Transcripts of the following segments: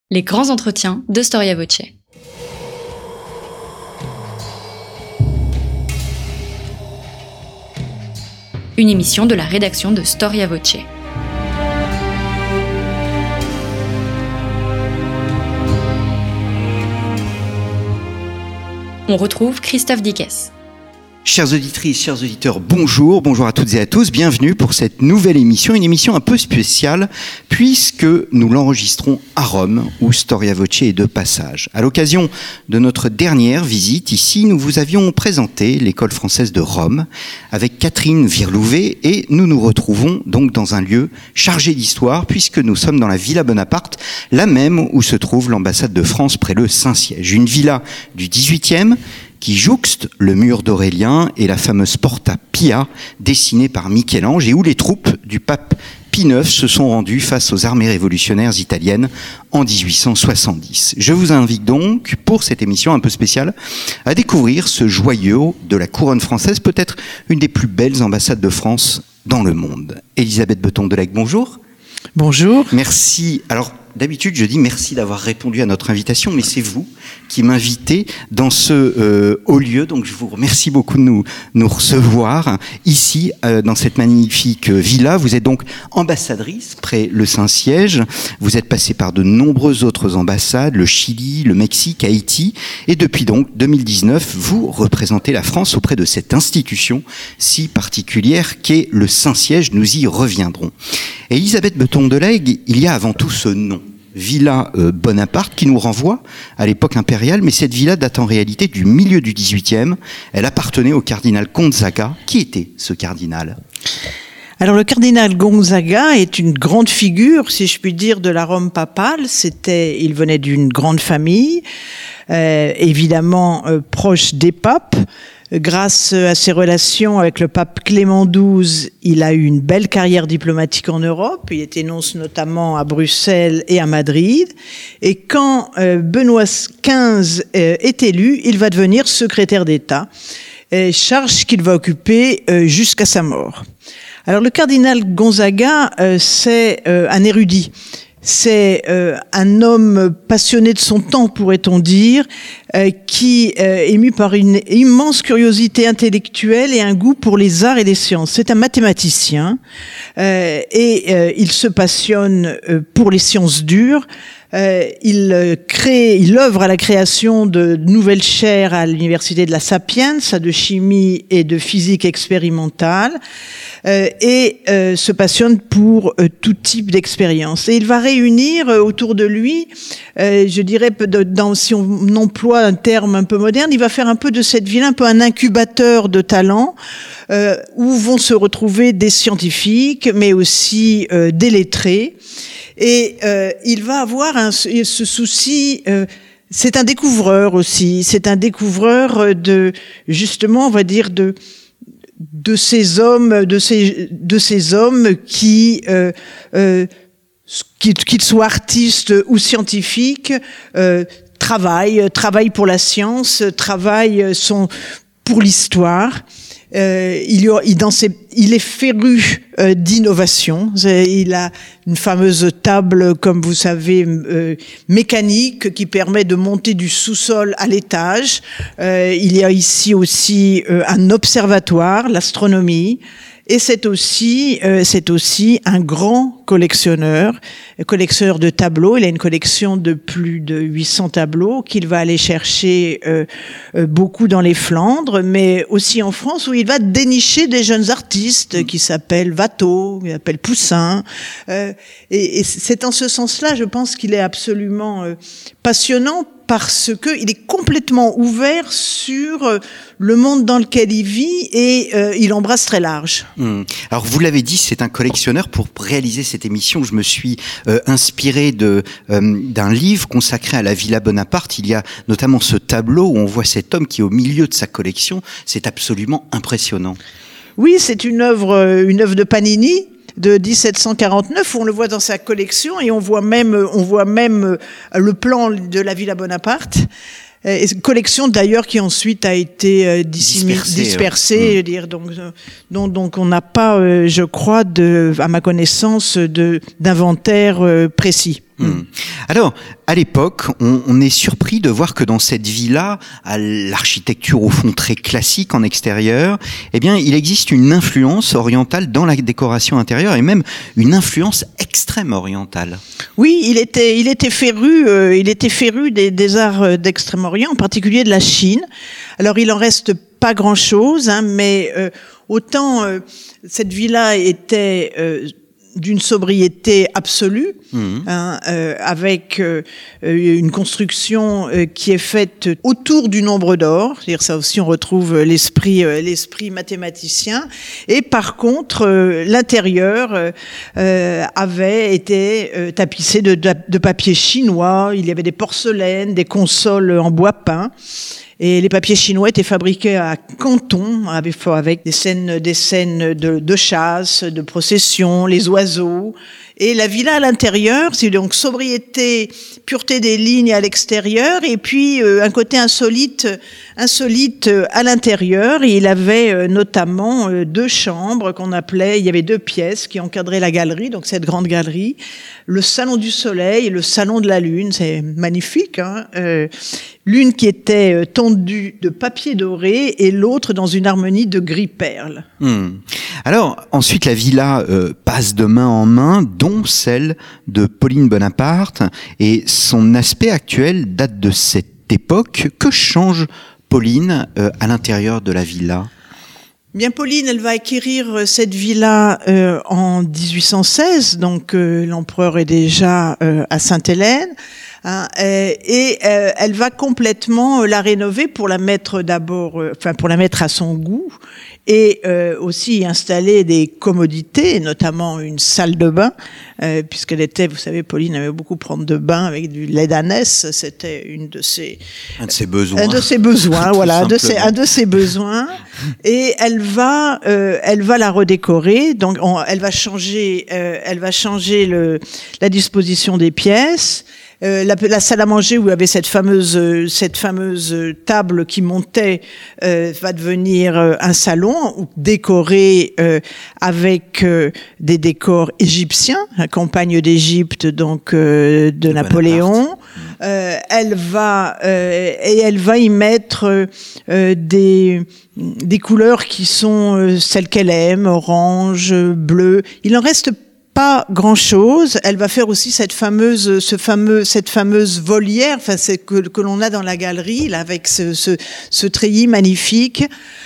Les grands entretiens de Storia Voce. Une émission de la rédaction de Storia Voce. On retrouve Christophe Dickès. Chères auditrices, chers auditeurs, bonjour à toutes et à tous, bienvenue pour cette nouvelle émission, une émission un peu spéciale puisque nous l'enregistrons à Rome où Storia Voce est de passage. À l'occasion de notre dernière visite ici, nous vous avions présenté l'école française de Rome avec Catherine Virlouvet et nous nous retrouvons donc dans un lieu chargé d'histoire puisque nous sommes dans la Villa Bonaparte, la même où se trouve l'ambassade de France près le Saint-Siège. Une villa du XVIIIe qui jouxte le mur d'Aurélien et la fameuse Porta Pia dessinée par Michel-Ange et où les troupes du pape Pie IX se sont rendues face aux armées révolutionnaires italiennes en 1870. Je vous invite donc, pour cette émission un peu spéciale, à découvrir ce joyau de la couronne française, peut-être une des plus belles ambassades de France dans le monde. Elisabeth Beton-Delègue, bonjour. Bonjour. Merci. Alors, d'habitude, je dis merci d'avoir répondu à notre invitation, mais c'est vous qui m'invitez dans ce haut lieu. Donc, je vous remercie beaucoup de nous recevoir ici, dans cette magnifique villa. Vous êtes donc ambassadrice près le Saint-Siège. Vous êtes passée par de nombreuses autres ambassades, le Chili, le Mexique, Haïti. Et depuis donc 2019, vous représentez la France auprès de cette institution si particulière qu'est le Saint-Siège. Nous y reviendrons. Et Elisabeth Beton-Delègue, il y a avant tout ce nom. Villa Bonaparte, qui nous renvoie à l'époque impériale, mais cette villa date en réalité du milieu du XVIIIe. Elle appartenait au cardinal Gonzaga. Qui était ce cardinal ? Alors le cardinal Gonzaga est une grande figure, si je puis dire, de la Rome papale. Il venait d'une grande famille, évidemment proche des papes. Grâce à ses relations avec le pape Clément XII, il a eu une belle carrière diplomatique en Europe. Il était nonce notamment à Bruxelles et à Madrid. Et quand Benoît XV est élu, il va devenir secrétaire d'État, charge qu'il va occuper jusqu'à sa mort. Alors le cardinal Gonzaga, c'est un érudit. C'est un homme passionné de son temps, pourrait-on dire, qui est ému par une immense curiosité intellectuelle et un goût pour les arts et les sciences. C'est un mathématicien et il se passionne pour les sciences dures. Il œuvre à la création de nouvelles chaires à l'université de la Sapienza, de chimie et de physique expérimentale, et se passionne pour tout type d'expérience. Et il va réunir autour de lui, je dirais, si on emploie un terme un peu moderne, il va faire un peu de cette ville un peu un incubateur de talents, où vont se retrouver des scientifiques, mais aussi des lettrés. Et il va avoir ce souci. C'est un découvreur aussi. C'est un découvreur justement, on va dire de ces hommes, qui qu'ils soient artistes ou scientifiques, travaillent pour la science, sont pour l'histoire. Il est féru d'innovation. Il a une fameuse table, comme vous savez, mécanique qui permet de monter du sous-sol à l'étage. Il y a ici aussi un observatoire, l'astronomie. Et c'est aussi un grand collectionneur de tableaux. Il a une collection de plus de 800 tableaux qu'il va aller chercher beaucoup dans les Flandres, mais aussi en France où il va dénicher des jeunes artistes qui s'appellent Watteau, qui s'appellent Poussin. Et c'est en ce sens-là, je pense qu'il est absolument passionnant parce que il est complètement ouvert sur le monde dans lequel il vit et il embrasse très large. Alors vous l'avez dit, c'est un collectionneur. Pour réaliser cette émission, je me suis inspiré d'un livre consacré à la Villa Bonaparte. Il y a notamment ce tableau où on voit cet homme qui est au milieu de sa collection. C'est absolument impressionnant. Oui, c'est une œuvre de Panini de 1749 où on le voit dans sa collection et on voit même le plan de la Villa Bonaparte. Collection d'ailleurs qui ensuite a été dispersée, je veux dire, donc on n'a pas, je crois, à ma connaissance, d'inventaire précis. Alors, à l'époque, on est surpris de voir que dans cette villa, à l'architecture au fond très classique en extérieur, eh bien, il existe une influence orientale dans la décoration intérieure et même une influence extrême orientale. Oui, il était féru des arts d'Extrême-Orient, en particulier de la Chine. Alors, il en reste pas grand-chose, mais autant cette villa était d'une sobriété absolue, avec une construction qui est faite autour du nombre d'or. C'est-à-dire ça aussi, on retrouve l'esprit mathématicien. Et par contre, l'intérieur avait été tapissé de papier chinois. Il y avait des porcelaines, des consoles en bois peint. Et les papiers chinois étaient fabriqués à Canton, avec des scènes de chasse, de procession, les oiseaux. Et la villa à l'intérieur, c'est donc sobriété, pureté des lignes à l'extérieur, et puis un côté insolite à l'intérieur. Et il avait notamment 2 chambres il y avait 2 pièces qui encadraient la galerie, donc cette grande galerie, le salon du soleil et le salon de la lune. C'est magnifique, l'une qui était tendue de papier doré et l'autre dans une harmonie de gris perle. Alors, ensuite, la villa passe de main en main, dont celle de Pauline Bonaparte, et son aspect actuel date de cette époque. Que change Pauline à l'intérieur de la villa ? Bien, Pauline, elle va acquérir cette villa en 1816, donc l'empereur est déjà à Sainte-Hélène. Et elle va complètement la rénover pour la mettre pour la mettre à son goût, et aussi installer des commodités, notamment une salle de bain, puisqu'elle était, vous savez, Pauline aimait beaucoup prendre de bain avec du lait d'ânesse, c'était un de ses besoins, voilà, un de ses besoins. Et elle va la redécorer, donc elle va changer la disposition des pièces. La salle à manger où il y avait cette fameuse table qui montait va devenir un salon décoré avec des décors égyptiens, la campagne d'Égypte donc de Napoléon. Elle va y mettre des couleurs qui sont celles qu'elle aime, orange, bleu. Il en reste pas grand-chose. Elle va faire aussi cette fameuse volière, que l'on a dans la galerie, là, avec ce treillis magnifique.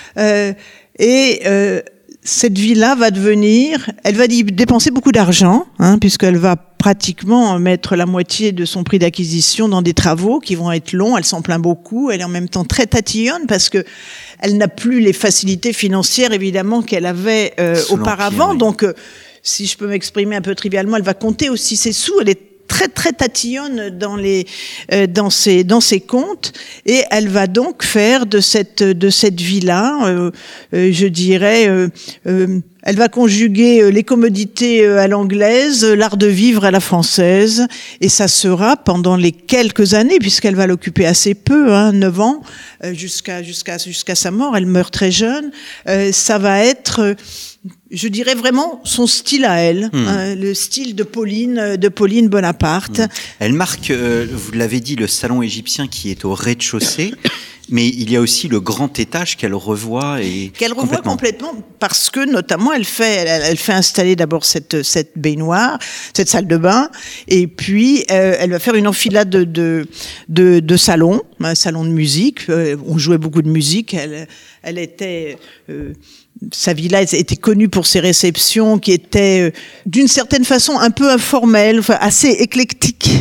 Cette villa va elle va y dépenser beaucoup d'argent, puisqu'elle va pratiquement mettre la moitié de son prix d'acquisition dans des travaux qui vont être longs. Elle s'en plaint beaucoup. Elle est en même temps très tatillonne parce que elle n'a plus les facilités financières, évidemment, qu'elle avait auparavant. Oui. Donc, si je peux m'exprimer un peu trivialement, elle va compter aussi ses sous. Elle est très très tatillonne dans ses comptes, et elle va donc faire de cette villa, je dirais, elle va conjuguer les commodités à l'anglaise, l'art de vivre à la française, et ça sera pendant les quelques années, puisqu'elle va l'occuper assez peu, 9 ans, jusqu'à sa mort. Elle meurt très jeune. Ça va être, je dirais vraiment son style à elle, le style de Pauline Bonaparte. Elle marque, vous l'avez dit, le salon égyptien qui est au rez-de-chaussée. Mais il y a aussi le grand étage qu'elle revoit complètement, parce que notamment elle fait installer d'abord cette baignoire, cette salle de bain, et puis elle va faire une enfilade de salons, un salon de musique. On jouait beaucoup de musique. Elle était sa villa était connue pour ses réceptions qui étaient d'une certaine façon un peu informelles, assez éclectiques,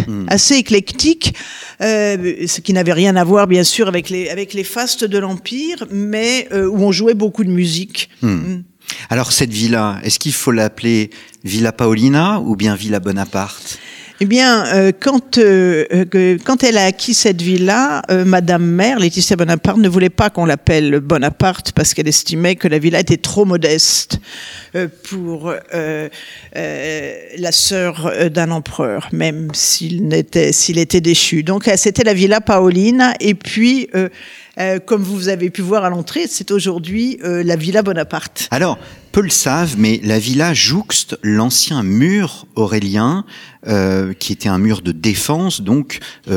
ce qui n'avait rien à voir bien sûr avec les fastes de l'Empire, mais où on jouait beaucoup de musique. Alors cette villa, est-ce qu'il faut l'appeler Villa Paolina ou bien Villa Bonaparte ? Eh bien, quand elle a acquis cette villa, Madame Mère, Laetitia Bonaparte, ne voulait pas qu'on l'appelle Bonaparte parce qu'elle estimait que la villa était trop modeste pour la sœur d'un empereur, même s'il était déchu. Donc, c'était la Villa Paolina, et puis comme vous avez pu voir à l'entrée, c'est aujourd'hui la Villa Bonaparte. Alors, peu le savent, mais la villa jouxte l'ancien mur aurélien, qui était un mur de défense, donc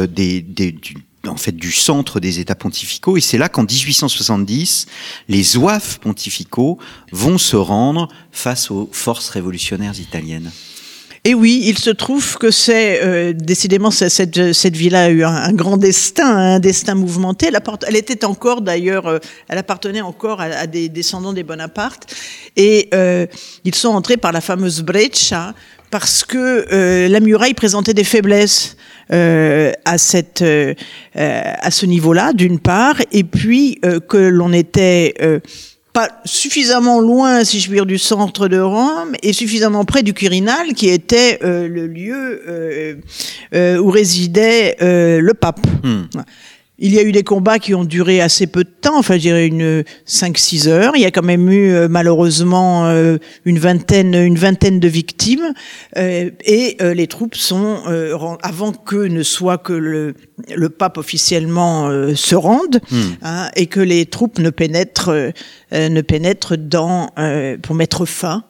du centre des États pontificaux. Et c'est là qu'en 1870, les zouaves pontificaux vont se rendre face aux forces révolutionnaires italiennes. Et oui, il se trouve que décidément cette villa a eu un grand destin, un destin mouvementé. Elle était encore d'ailleurs, elle appartenait encore à des descendants des Bonaparte. Et ils sont entrés par la fameuse breccia parce que la muraille présentait des faiblesses à ce niveau-là, d'une part, et puis que l'on était pas suffisamment loin, si je puis dire, du centre de Rome et suffisamment près du Quirinal, qui était le lieu où résidait le pape. Il y a eu des combats qui ont duré assez peu de temps, enfin je dirais 5-6 heures. Il y a quand même eu malheureusement une vingtaine de victimes et les troupes sont avant que ne soit que le pape officiellement se rende et que les troupes ne pénètrent dans pour mettre fin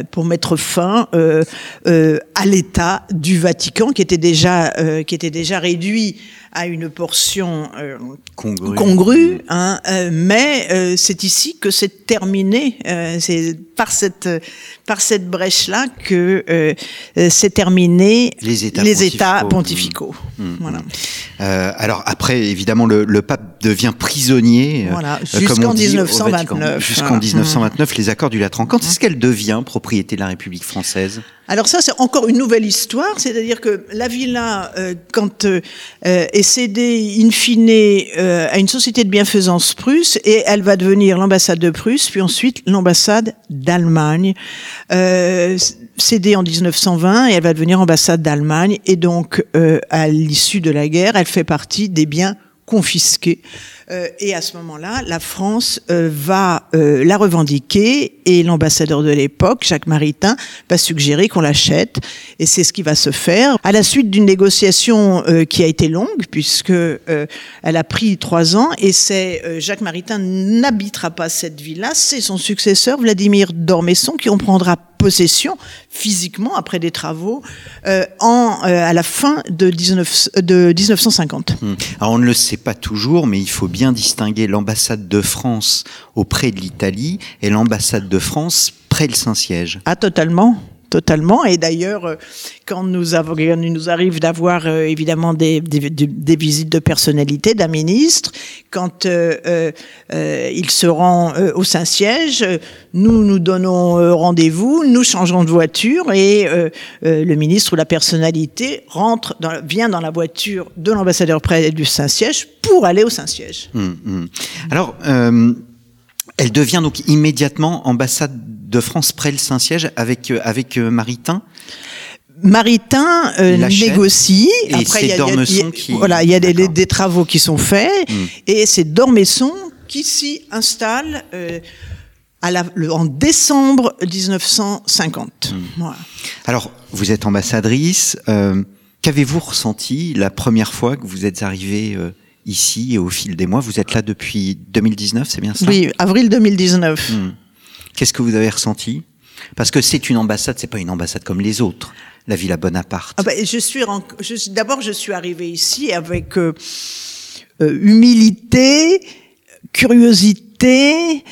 à l'État du Vatican qui était déjà réduit à une portion congrue, mais c'est ici que c'est terminé. C'est par cette brèche-là que c'est terminé les États pontificaux. Voilà. Alors après, évidemment, le pape devient prisonnier. Voilà, jusqu'en 1929. Jusqu'en 1929, les accords du Latran. Quand est-ce qu'elle devient propriété de la République française ? Alors ça, c'est encore une nouvelle histoire, c'est-à-dire que la villa, quand est cédée in fine à une société de bienfaisance prusse, et elle va devenir l'ambassade de Prusse, puis ensuite l'ambassade d'Allemagne, cédée en 1920, et elle va devenir ambassade d'Allemagne, et donc à l'issue de la guerre, elle fait partie des biens confisqués. Et à ce moment-là, la France va la revendiquer et l'ambassadeur de l'époque, Jacques Maritain, va suggérer qu'on l'achète. Et c'est ce qui va se faire à la suite d'une négociation qui a été longue, puisque elle a pris 3 ans. Et c'est Jacques Maritain n'habitera pas cette villa, c'est son successeur Vladimir d'Ormesson qui en prendra possession physiquement après des travaux à la fin de 1950. Alors on ne le sait pas toujours, mais il faut bien distinguer l'ambassade de France auprès de l'Italie et l'ambassade de France près le Saint-Siège. Ah, totalement. Et d'ailleurs, quand nous arrive d'avoir évidemment des visites de personnalité d'un ministre, quand il se rend au Saint-Siège, nous donnons rendez-vous, nous changeons de voiture et le ministre ou la personnalité vient dans la voiture de l'ambassadeur près du Saint-Siège pour aller au Saint-Siège. Alors, elle devient donc immédiatement ambassade de France près le Saint-Siège avec Maritain. Maritain négocie. Et après, il y a des travaux qui sont faits et c'est d'Ormesson qui s'y installe en décembre 1950. Voilà. Alors, vous êtes ambassadrice. Qu'avez-vous ressenti la première fois que vous êtes arrivée ici et au fil des mois? Vous êtes là depuis 2019, c'est bien ça? Oui, avril 2019. Qu'est-ce que vous avez ressenti? Parce que c'est une ambassade, c'est pas une ambassade comme les autres, la Villa Bonaparte. D'abord, je suis arrivée ici avec humilité, curiosité,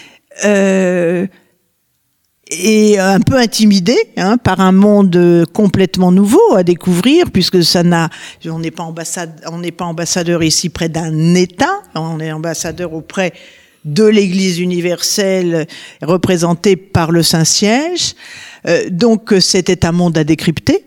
et un peu intimidée par un monde complètement nouveau à découvrir, puisque on n'est pas ambassadeur ici près d'un État, on est ambassadeur auprès de l'Église universelle représentée par le Saint-Siège. Donc c'était un monde à décrypter,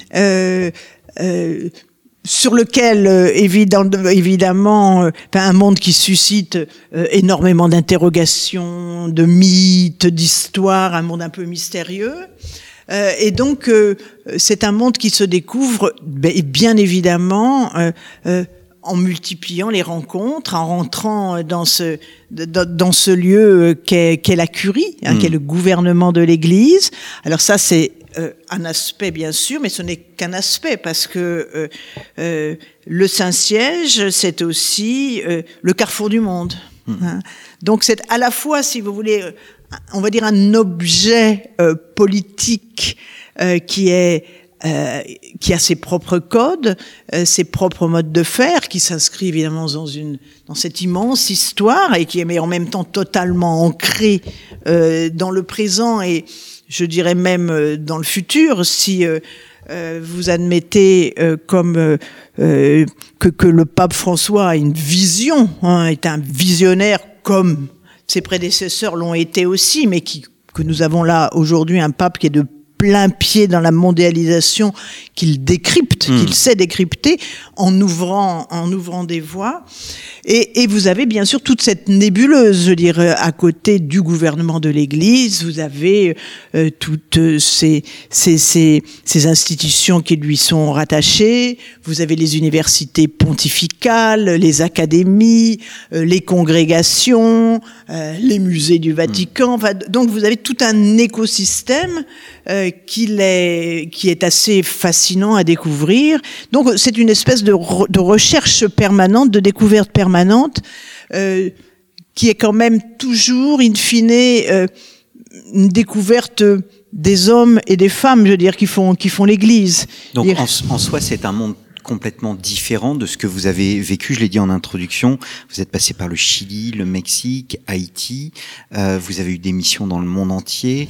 sur lequel évidemment un monde qui suscite énormément d'interrogations, de mythes, d'histoires, un monde un peu mystérieux. Et donc c'est un monde qui se découvre bien évidemment en multipliant les rencontres, en rentrant dans ce lieu qu'est la curie, qu'est le gouvernement de l'Église. Alors ça, c'est un aspect, bien sûr, mais ce n'est qu'un aspect, parce que le Saint-Siège, c'est aussi le carrefour du monde. Donc c'est à la fois, si vous voulez, on va dire un objet politique qui a ses propres codes, ses propres modes de faire, qui s'inscrit évidemment dans cette immense histoire et qui est mais en même temps totalement ancré dans le présent et je dirais même dans le futur. Si vous admettez que le pape François a une vision, est un visionnaire comme ses prédécesseurs l'ont été aussi, mais que nous avons là aujourd'hui un pape qui est de plein pied dans la mondialisation, qu'il décrypte, qu'il sait décrypter en ouvrant des voies. Et vous avez bien sûr toute cette nébuleuse, je veux dire, à côté du gouvernement de l'Église, vous avez toutes ces institutions qui lui sont rattachées, vous avez les universités pontificales, les académies, les congrégations, les musées du Vatican, enfin, donc vous avez tout un écosystème qui est assez fascinant à découvrir. Donc c'est une espèce de recherche permanente, de découverte permanente, qui est quand même toujours, in fine, une découverte des hommes et des femmes, je veux dire, qui font l'Église. Donc en soi, c'est un monde complètement différent de ce que vous avez vécu. Je l'ai dit en introduction, vous êtes passé par le Chili, le Mexique, Haïti, vous avez eu des missions dans le monde entier.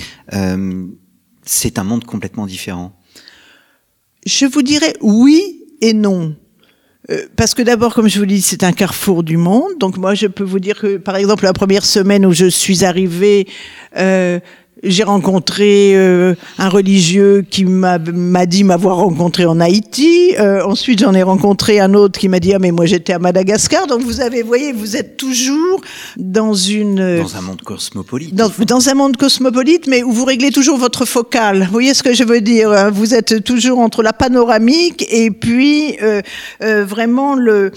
C'est un monde complètement différent. Je vous dirais oui et non. Parce que d'abord, comme je vous dis, c'est un carrefour du monde. Donc moi, je peux vous dire que, par exemple, la première semaine où je suis arrivée, j'ai rencontré un religieux qui m'a dit m'avoir rencontré en Haïti. Ensuite, j'en ai rencontré un autre qui m'a dit « Ah, mais moi, j'étais à Madagascar ». Donc, vous voyez, vous êtes toujours dans un monde cosmopolite. Dans un monde cosmopolite, mais où vous réglez toujours votre focale. Vous voyez ce que je veux dire, hein? Vous êtes toujours entre la panoramique et puis vraiment le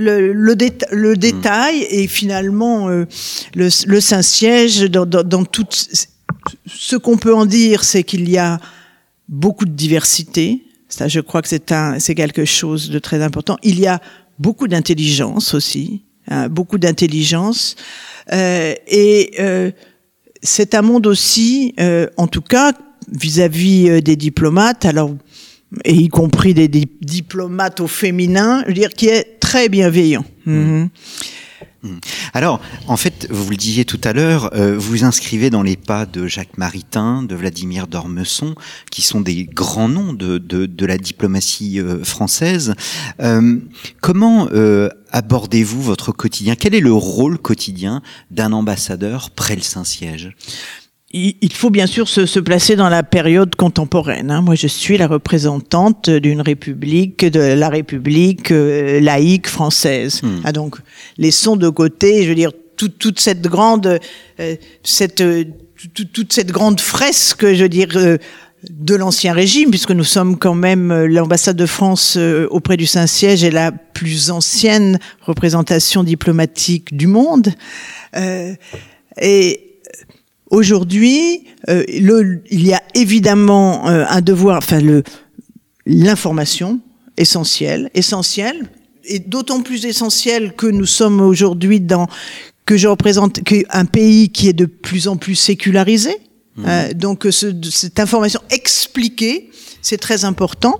détail et finalement le Saint-Siège dans toute... Ce qu'on peut en dire, c'est qu'il y a beaucoup de diversité. Ça, je crois que c'est quelque chose de très important. Il y a beaucoup d'intelligence aussi, hein, beaucoup d'intelligence. C'est un monde aussi, en tout cas, vis-à-vis des diplomates, alors, et y compris des diplomates au féminin, je veux dire, qui est très bienveillant. Alors, en fait, vous le disiez tout à l'heure, vous vous inscrivez dans les pas de Jacques Maritain, de Vladimir d'Ormesson, qui sont des grands noms de la diplomatie française. Comment abordez-vous votre quotidien? Quel est le rôle quotidien d'un ambassadeur près le Saint-Siège? Il faut bien sûr se placer dans la période contemporaine, hein. Moi, je suis la représentante d'une république, de la République laïque française. Ah, donc, laissons de côté, je veux dire, toute cette grande, toute cette grande fresque, je veux dire, de l'Ancien Régime, puisque nous sommes quand même, l'ambassade de France auprès du Saint-Siège est la plus ancienne représentation diplomatique du monde. Aujourd'hui, il y a évidemment un devoir, enfin l'information essentielle, et d'autant plus essentielle que nous sommes aujourd'hui que je représente un pays qui est de plus en plus sécularisé. Donc cette information expliquée, c'est très important.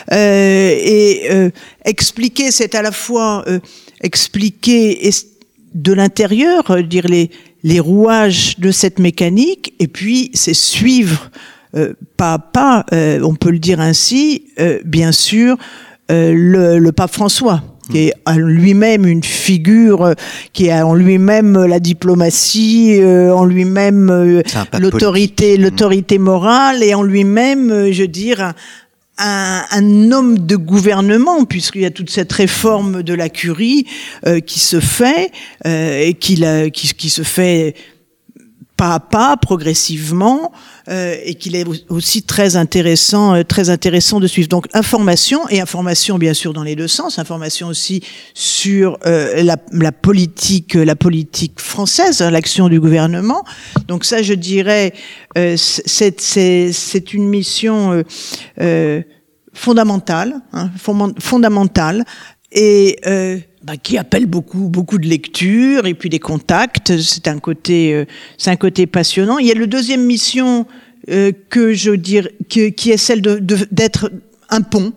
Expliquer, c'est à la fois expliquer de l'intérieur, dire les rouages de cette mécanique, et puis c'est suivre pas à pas, on peut le dire ainsi, bien sûr, le pape François, qui est en lui-même une figure, qui a en lui-même la diplomatie, en lui-même l'autorité morale, et en lui-même, je veux dire, un homme de gouvernement, puisqu'il y a toute cette réforme de la curie qui se fait et qui se fait pas à pas, progressivement, et qu'il est aussi très intéressant de suivre. Donc information bien sûr dans les deux sens, information aussi sur la politique française, l'action du gouvernement. Donc ça, je dirais, c'est une mission fondamentale, hein, fondamentale. et qui appelle beaucoup de lectures et puis des contacts. C'est un côté passionnant. Il y a le deuxième mission que je dirais qui est celle d'être un pont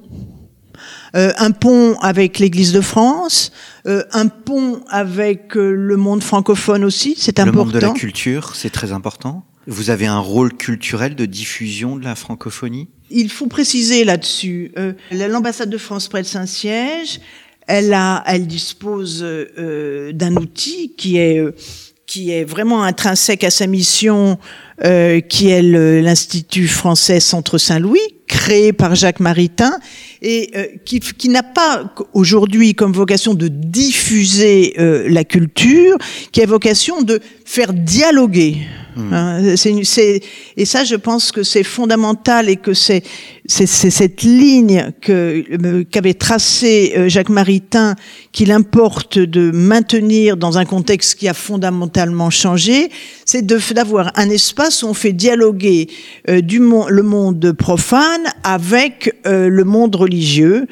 avec l'Église de France, un pont avec le monde francophone aussi, c'est important. Le monde de la culture, c'est très important. Vous avez un rôle culturel de diffusion de la francophonie ? Il faut préciser là-dessus, l'ambassade de France près de Saint-Siège, elle dispose d'un outil qui est vraiment intrinsèque à sa mission, qui est l'Institut français Centre Saint-Louis, créé par Jacques Maritain, et qui n'a pas aujourd'hui comme vocation de diffuser la culture, qui a vocation de faire dialoguer. Hein, et ça, je pense que c'est fondamental et que c'est cette ligne qu'avait tracée Jacques Maritain qu'il importe de maintenir dans un contexte qui a fondamentalement changé, c'est d'avoir un espace où on fait dialoguer le monde profane avec le monde religieux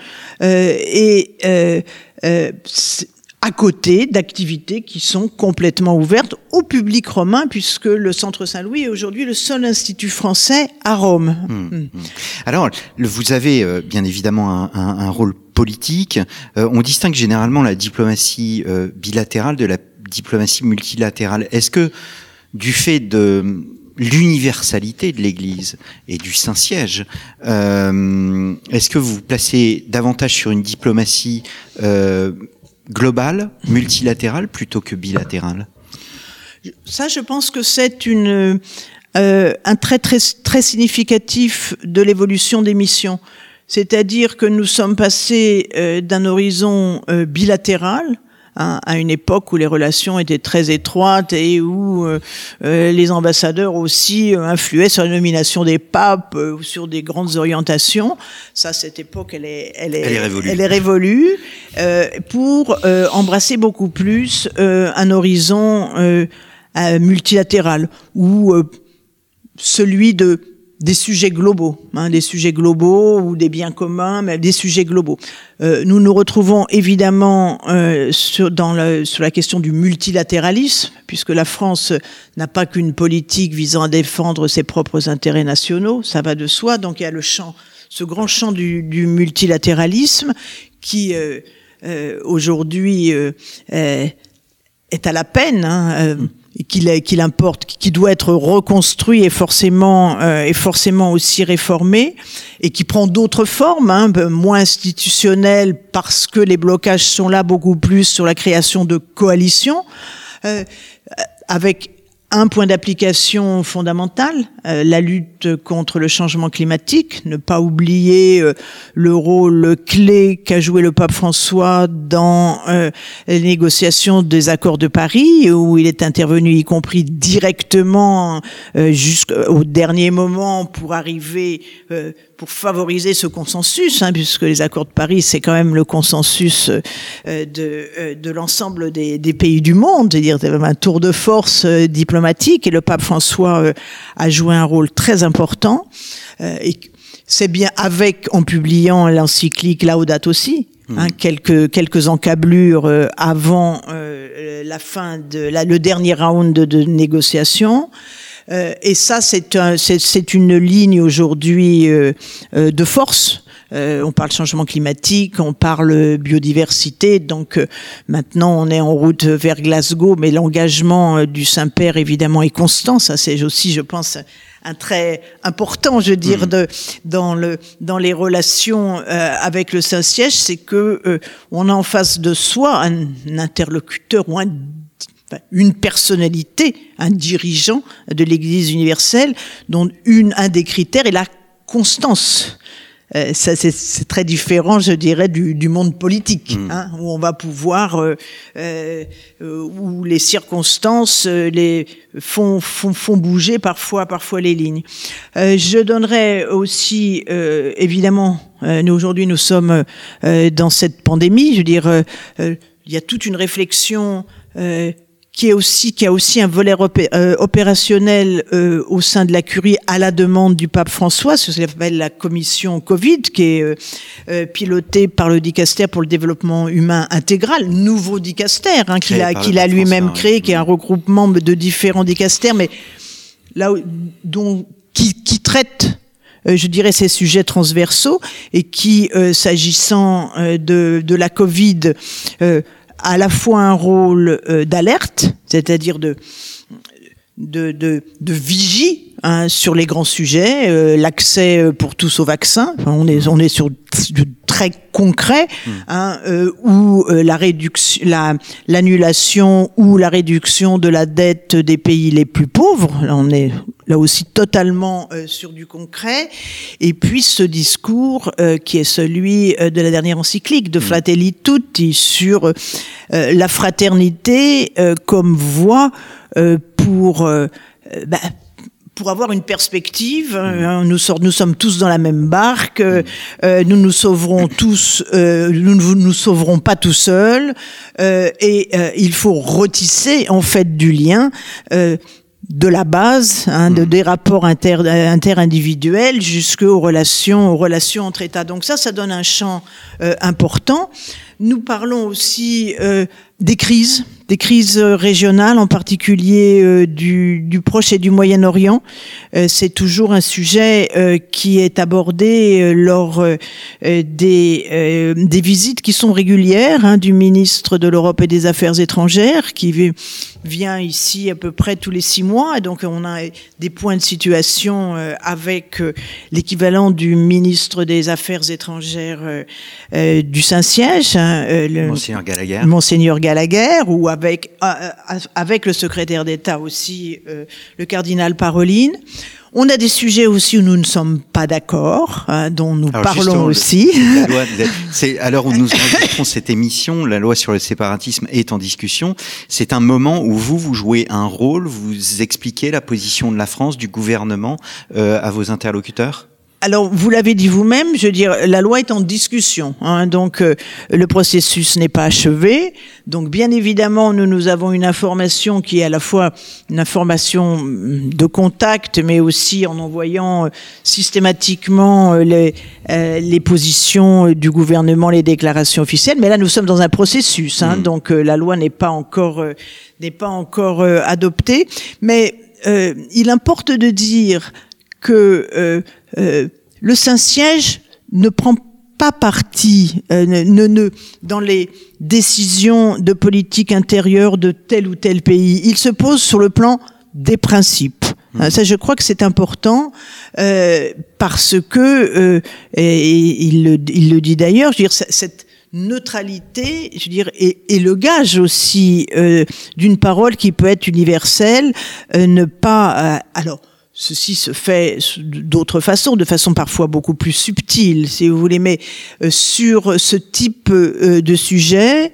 à côté d'activités qui sont complètement ouvertes au public romain, puisque le Centre Saint-Louis est aujourd'hui le seul institut français à Rome. Alors, vous avez bien évidemment un rôle politique. On distingue généralement la diplomatie bilatérale de la diplomatie multilatérale. Est-ce que, du fait de l'universalité de l'Église et du Saint-Siège, est-ce que vous vous placez davantage sur une diplomatie globale, multilatérale, plutôt que bilatérale? Ça, je pense que c'est un trait très significatif de l'évolution des missions. C'est-à-dire que nous sommes passés d'un horizon bilatéral, à une époque où les relations étaient très étroites et où les ambassadeurs aussi influaient sur la nomination des papes ou sur des grandes orientations. Ça, cette époque, elle est révolue pour embrasser beaucoup plus un horizon multilatéral ou celui des sujets globaux, des sujets globaux ou des biens communs, mais des sujets globaux. Nous nous retrouvons évidemment sur la question du multilatéralisme, puisque la France n'a pas qu'une politique visant à défendre ses propres intérêts nationaux, ça va de soi. Donc il y a ce grand champ du multilatéralisme qui aujourd'hui est à la peine. Qu'il importe, qui doit être reconstruit et forcément aussi réformé, et qui prend d'autres formes, moins institutionnelles, parce que les blocages sont là beaucoup plus sur la création de coalitions, avec un point d'application fondamental, la lutte contre le changement climatique, ne pas oublier le rôle clé qu'a joué le pape François dans les négociations des accords de Paris, où il est intervenu y compris directement jusqu'au dernier moment pour arriver, pour favoriser ce consensus, puisque les accords de Paris, c'est quand même le consensus de l'ensemble des pays du monde, c'est-à-dire un tour de force diplomatique, et le pape François a joué un rôle très important, et c'est bien en publiant l'encyclique Laudato Si, quelques encablures avant la fin le dernier round de négociations. Et ça, c'est une ligne aujourd'hui de force. On parle changement climatique, on parle biodiversité, donc maintenant on est en route vers Glasgow, mais l'engagement du Saint-Père évidemment est constant. Ça, c'est aussi, je pense, un trait important, je veux dire, dans les relations avec le Saint-Siège, c'est que on a en face de soi un interlocuteur ou une personnalité, un dirigeant de l'Église universelle, dont un des critères est la constance. Ça, c'est très différent, je dirais, du monde politique, où on va pouvoir, où les circonstances font bouger parfois les lignes. Je donnerais aussi, évidemment, aujourd'hui nous sommes dans cette pandémie. Je veux dire, il y a toute une réflexion qui a aussi un volet opérationnel au sein de la Curie à la demande du pape François, ce qu'on appelle la commission Covid, qui est pilotée par le dicaster pour le développement humain intégral, nouveau dicaster qu'il a lui-même créé, qui est un regroupement de différents dicasters, mais là qui traite je dirais ces sujets transversaux et qui, s'agissant de la Covid, à la fois un rôle d'alerte, c'est-à-dire de vigie sur les grands sujets, l'accès pour tous au vaccin. Enfin, on est sur du très concret, ou l'annulation ou la réduction de la dette des pays les plus pauvres. Là, on est là aussi totalement sur du concret. Et puis ce discours qui est celui de la dernière encyclique de Fratelli Tutti sur la fraternité comme voie pour avoir une perspective. Nous sommes tous dans la même barque. Nous nous sauverons tous. Nous ne nous sauverons pas tout seuls. Et il faut retisser en fait du lien. De la base, des rapports interindividuels jusqu'aux relations entre États. Donc ça donne un champ important. Nous parlons aussi des crises régionales, en particulier du Proche et du Moyen-Orient. C'est toujours un sujet qui est abordé lors des visites qui sont régulières du ministre de l'Europe et des Affaires étrangères, qui vient ici à peu près tous les 6 mois. Et donc on a des points de situation avec l'équivalent du ministre des Affaires étrangères du Saint-Siège, Monseigneur Gallagher, ou avec le secrétaire d'État aussi, le cardinal Parolin. On a des sujets aussi où nous ne sommes pas d'accord, dont nous parlons aussi. C'est à l'heure où nous enregistrons cette émission, la loi sur le séparatisme est en discussion. C'est un moment où vous jouez un rôle, vous expliquez la position de la France, du gouvernement à vos interlocuteurs. Alors, vous l'avez dit vous-même, je veux dire, la loi est en discussion, donc le processus n'est pas achevé. Donc, bien évidemment, nous avons une information qui est à la fois une information de contact, mais aussi en envoyant systématiquement les positions du gouvernement, les déclarations officielles. Mais là, nous sommes dans un processus, donc la loi n'est pas encore adoptée. Mais il importe de dire que le Saint-Siège ne prend pas parti dans les décisions de politique intérieure de tel ou tel pays. Il se pose sur le plan des principes. Ça, je crois que c'est important parce que et il le dit d'ailleurs. Je veux dire, cette neutralité, je veux dire, est le gage aussi d'une parole qui peut être universelle, ne pas alors. Ceci se fait d'autres façons, de façon parfois beaucoup plus subtile, si vous voulez, mais sur ce type de sujet,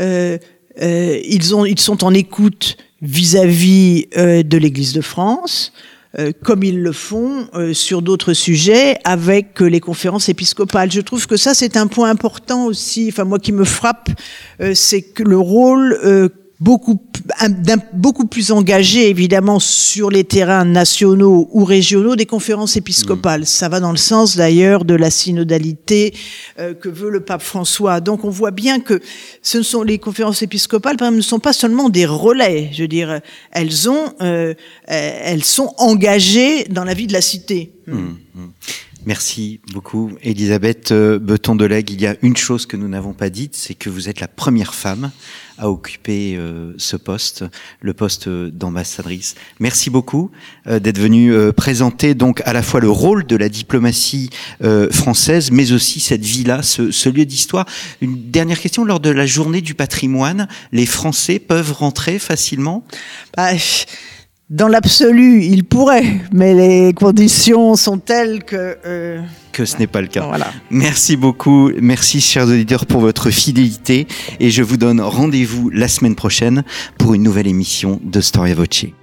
ils sont en écoute vis-à-vis de l'Église de France, comme ils le font sur d'autres sujets avec les conférences épiscopales. Je trouve que ça, c'est un point important aussi, enfin moi qui me frappe, c'est que le rôle beaucoup plus engagé, évidemment, sur les terrains nationaux ou régionaux des conférences épiscopales. Ça va dans le sens, d'ailleurs, de la synodalité que veut le pape François. Donc, on voit bien que les conférences épiscopales, par exemple, ne sont pas seulement des relais. Je veux dire, elles sont engagées dans la vie de la cité. Merci beaucoup, Elisabeth Beton-Delegue. Il y a une chose que nous n'avons pas dite, c'est que vous êtes la première femme à occuper ce poste, le poste d'ambassadrice. Merci beaucoup d'être venue présenter donc à la fois le rôle de la diplomatie française, mais aussi cette vie-là, ce lieu d'histoire. Une dernière question, lors de la journée du patrimoine, les Français peuvent rentrer facilement ? Dans l'absolu, il pourrait, mais les conditions sont telles que ce n'est pas le cas. Voilà. Merci beaucoup, merci chers auditeurs pour votre fidélité et je vous donne rendez-vous la semaine prochaine pour une nouvelle émission de Storia Voce.